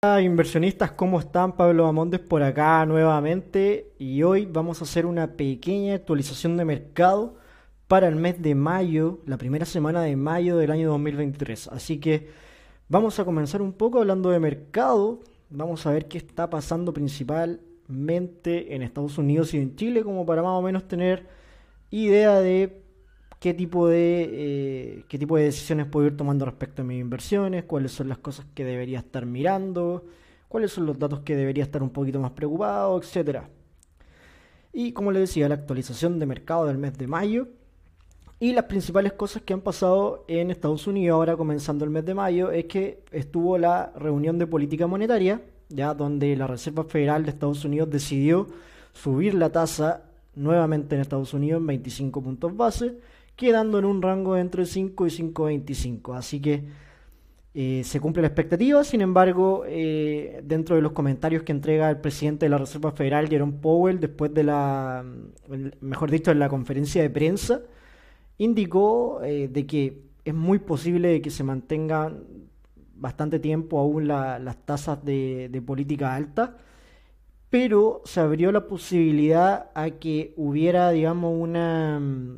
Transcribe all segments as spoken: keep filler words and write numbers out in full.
Hola inversionistas, ¿cómo están? Pablo Amondes por acá nuevamente y hoy vamos a hacer una pequeña actualización de mercado para el mes de mayo, la primera semana de mayo del año dos mil veintitrés. Así que vamos a comenzar un poco hablando de mercado, vamos a ver qué está pasando principalmente en Estados Unidos y en Chile como para más o menos tener idea de qué tipo de, eh, qué tipo de decisiones puedo ir tomando respecto a mis inversiones, cuáles son las cosas que debería estar mirando, cuáles son los datos que debería estar un poquito más preocupado, etcétera. Y como les decía, la actualización de mercado del mes de mayo y las principales cosas que han pasado en Estados Unidos ahora comenzando el mes de mayo es que estuvo la reunión de política monetaria, ya donde la Reserva Federal de Estados Unidos decidió subir la tasa nuevamente en Estados Unidos en veinticinco puntos base, quedando en un rango entre cinco y cinco punto veinticinco. Así que eh, se cumple la expectativa. Sin embargo, eh, dentro de los comentarios que entrega el presidente de la Reserva Federal, Jerome Powell, después de la, mejor dicho, en la conferencia de prensa, indicó eh, de que es muy posible que se mantengan bastante tiempo aún la, las tasas de, de política alta, pero se abrió la posibilidad a que hubiera, digamos, una,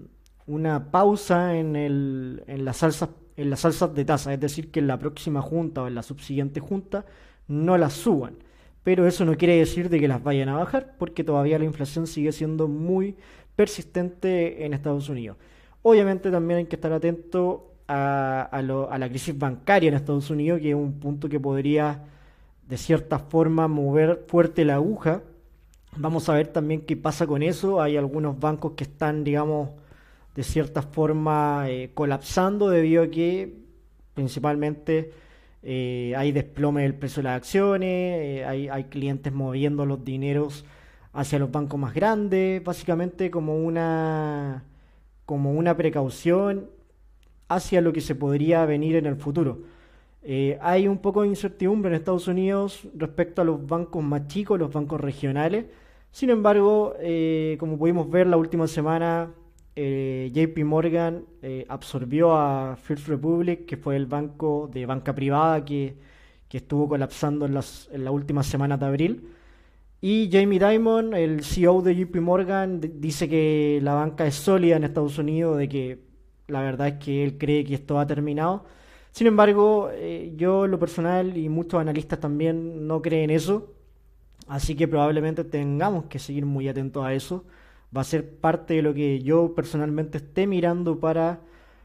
una pausa en, el, en las alzas, en las alzas de tasa, es decir, que en la próxima junta o en la subsiguiente junta no las suban. Pero eso no quiere decir de que las vayan a bajar, porque todavía la inflación sigue siendo muy persistente en Estados Unidos. Obviamente también hay que estar atento a, a, lo, a la crisis bancaria en Estados Unidos, que es un punto que podría de cierta forma mover fuerte la aguja. Vamos a ver también qué pasa con eso. Hay algunos bancos que están, digamos, de cierta forma eh, colapsando debido a que principalmente eh, hay desplome del precio de las acciones, eh, hay, hay clientes moviendo los dineros hacia los bancos más grandes, básicamente como una, como una precaución hacia lo que se podría venir en el futuro. Eh, hay un poco de incertidumbre en Estados Unidos respecto a los bancos más chicos, los bancos regionales. Sin embargo, eh, como pudimos ver la última semana, eh, J P Morgan eh, absorbió a First Republic, que fue el banco de banca privada que, que estuvo colapsando en las, en las últimas semanas de abril. Y Jamie Dimon, el C E O de J P Morgan, d- dice que la banca es sólida en Estados Unidos, de que la verdad es que él cree que esto ha terminado. Sin embargo, eh, yo en lo personal y muchos analistas también no creen eso, así que probablemente tengamos que seguir muy atentos a eso. Va a ser parte de lo que yo personalmente esté mirando para,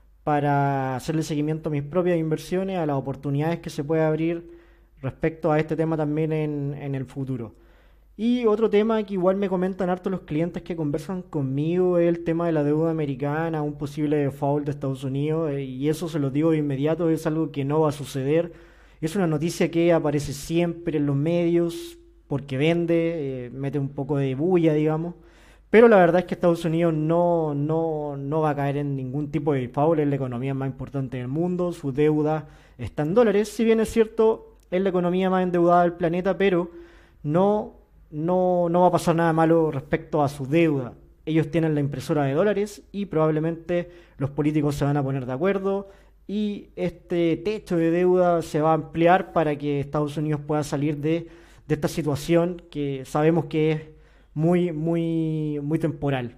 para hacerle seguimiento a mis propias inversiones, a las oportunidades que se puede abrir respecto a este tema también en, en el futuro. Y otro tema que igual me comentan harto los clientes que conversan conmigo es el tema de la deuda americana, un posible default de Estados Unidos, eh, y eso se lo digo de inmediato, es algo que no va a suceder. Es una noticia que aparece siempre en los medios porque vende, eh, mete un poco de bulla, digamos. Pero la verdad es que Estados Unidos no, no, no va a caer en ningún tipo de default, es la economía más importante del mundo, su deuda está en dólares, si bien es cierto, es la economía más endeudada del planeta, pero no no, no va a pasar nada malo respecto a su deuda. Ellos tienen la impresora de dólares y probablemente los políticos se van a poner de acuerdo y este techo de deuda se va a ampliar para que Estados Unidos pueda salir de, de esta situación que sabemos que es muy, muy, muy temporal.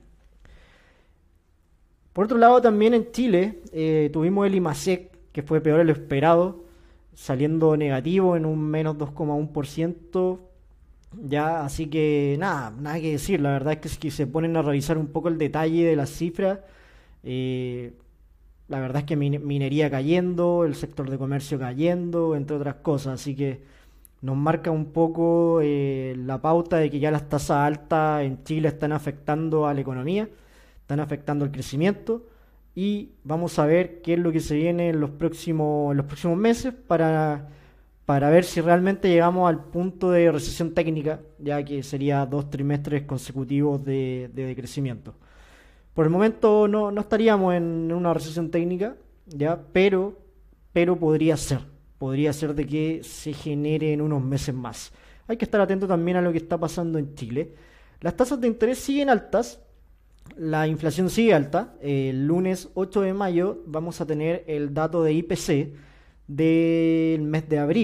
Por otro lado, también en Chile eh, tuvimos el IMASEC, que fue peor de lo esperado, saliendo negativo en un menos dos coma uno por ciento. Ya, así que nada, nada que decir. La verdad es que si se ponen a revisar un poco el detalle de las cifras, eh, la verdad es que min- minería cayendo, el sector de comercio cayendo, entre otras cosas. Así que nos marca un poco eh, la pauta de que ya las tasas altas en Chile están afectando a la economía, están afectando el crecimiento. Y vamos a ver qué es lo que se viene en los próximos, en los próximos meses para para ver si realmente llegamos al punto de recesión técnica, ya que sería dos trimestres consecutivos de, de decrecimiento. Por el momento no, no estaríamos en una recesión técnica, ya, pero, pero podría ser, podría ser de que se genere en unos meses más. Hay que estar atento también a lo que está pasando en Chile. Las tasas de interés siguen altas, la inflación sigue alta. El lunes ocho de mayo vamos a tener el dato de I P C del mes de abril,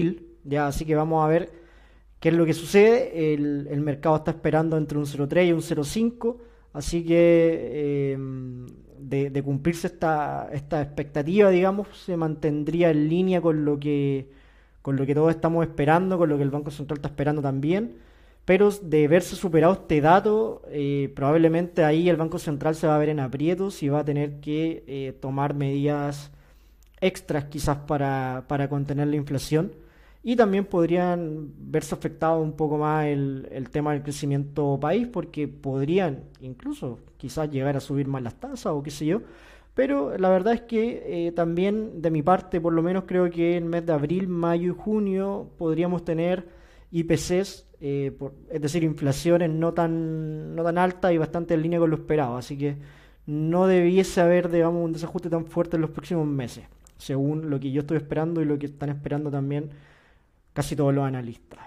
Ya, así que vamos a ver qué es lo que sucede. El, el mercado está esperando entre un cero coma tres y un cero coma cinco, así que eh, de, de cumplirse esta, esta expectativa, digamos, se mantendría en línea con lo que, con lo que todos estamos esperando, con lo que el Banco Central está esperando también. Pero de verse superado este dato, eh, probablemente ahí el Banco Central se va a ver en aprietos y va a tener que eh, tomar medidas extras quizás para, para contener la inflación. Y también podrían verse afectado un poco más el, el tema del crecimiento país, porque podrían incluso quizás llegar a subir más las tasas o qué sé yo. Pero la verdad es que eh, también de mi parte, por lo menos creo que en el mes de abril, mayo y junio podríamos tener I P Cs, eh, por- es decir, inflaciones no tan, no tan altas y bastante en línea con lo esperado. Así que no debiese haber, digamos, un desajuste tan fuerte en los próximos meses, según lo que yo estoy esperando y lo que están esperando también casi todos los analistas.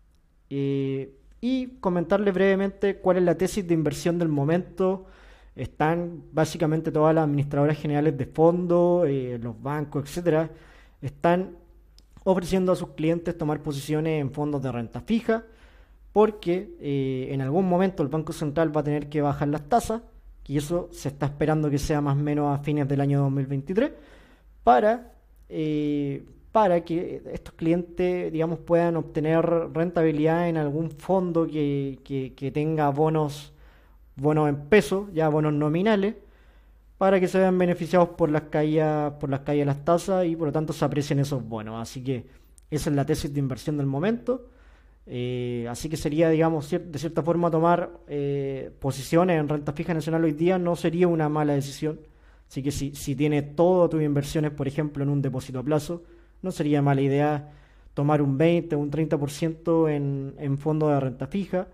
Eh, y comentarles brevemente cuál es la tesis de inversión del momento. Están básicamente todas las administradoras generales de fondos, eh, los bancos, etcétera, están ofreciendo a sus clientes tomar posiciones en fondos de renta fija, porque eh, en algún momento el Banco Central va a tener que bajar las tasas, y eso se está esperando que sea más o menos a fines del año dos mil veintitrés, para, eh, para que estos clientes, digamos, puedan obtener rentabilidad en algún fondo que, que- que tenga bonos, bonos en pesos, ya bonos nominales, para que se vean beneficiados por las caídas, por las caídas de las tasas y por lo tanto se aprecien esos bonos. Así que esa es la tesis de inversión del momento. Eh, así que sería, digamos, cier- de cierta forma tomar eh, posiciones en renta fija nacional hoy día no sería una mala decisión. Así que si, si tiene todas tus inversiones, por ejemplo, en un depósito a plazo, no sería mala idea tomar un veinte o un treinta por ciento en, en fondos de renta fija,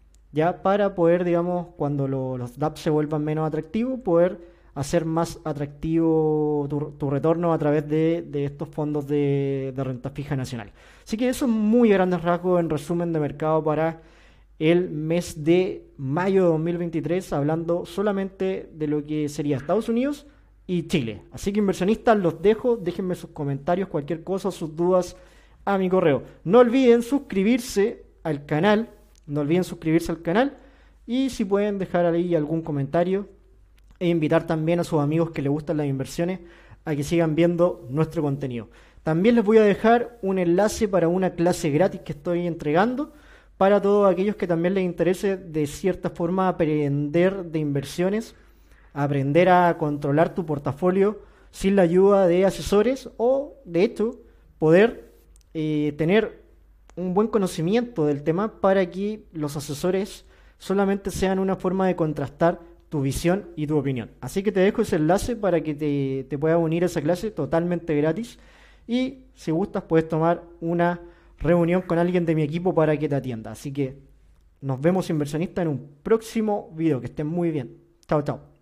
ya para poder, digamos, cuando lo- los D A P se vuelvan menos atractivos, poder hacer más atractivo tu, tu retorno a través de, de estos fondos de, de renta fija nacional. Así que eso es muy grandes rasgos en resumen de mercado para el mes de mayo de dos mil veintitrés, hablando solamente de lo que sería Estados Unidos y Chile. Así que inversionistas, los dejo, déjenme sus comentarios, cualquier cosa, sus dudas a mi correo. No olviden suscribirse al canal, no olviden suscribirse al canal y si pueden dejar ahí algún comentario e invitar también a sus amigos que les gustan las inversiones a que sigan viendo nuestro contenido. También les voy a dejar un enlace para una clase gratis que estoy entregando para todos aquellos que también les interese de cierta forma aprender de inversiones, aprender a controlar tu portafolio sin la ayuda de asesores o, de hecho, poder eh, tener un buen conocimiento del tema para que los asesores solamente sean una forma de contrastar tu visión y tu opinión. Así que te dejo ese enlace para que te, te puedas unir a esa clase totalmente gratis y si gustas puedes tomar una reunión con alguien de mi equipo para que te atienda. Así que nos vemos inversionistas en un próximo video. Que estén muy bien. Chao, chao.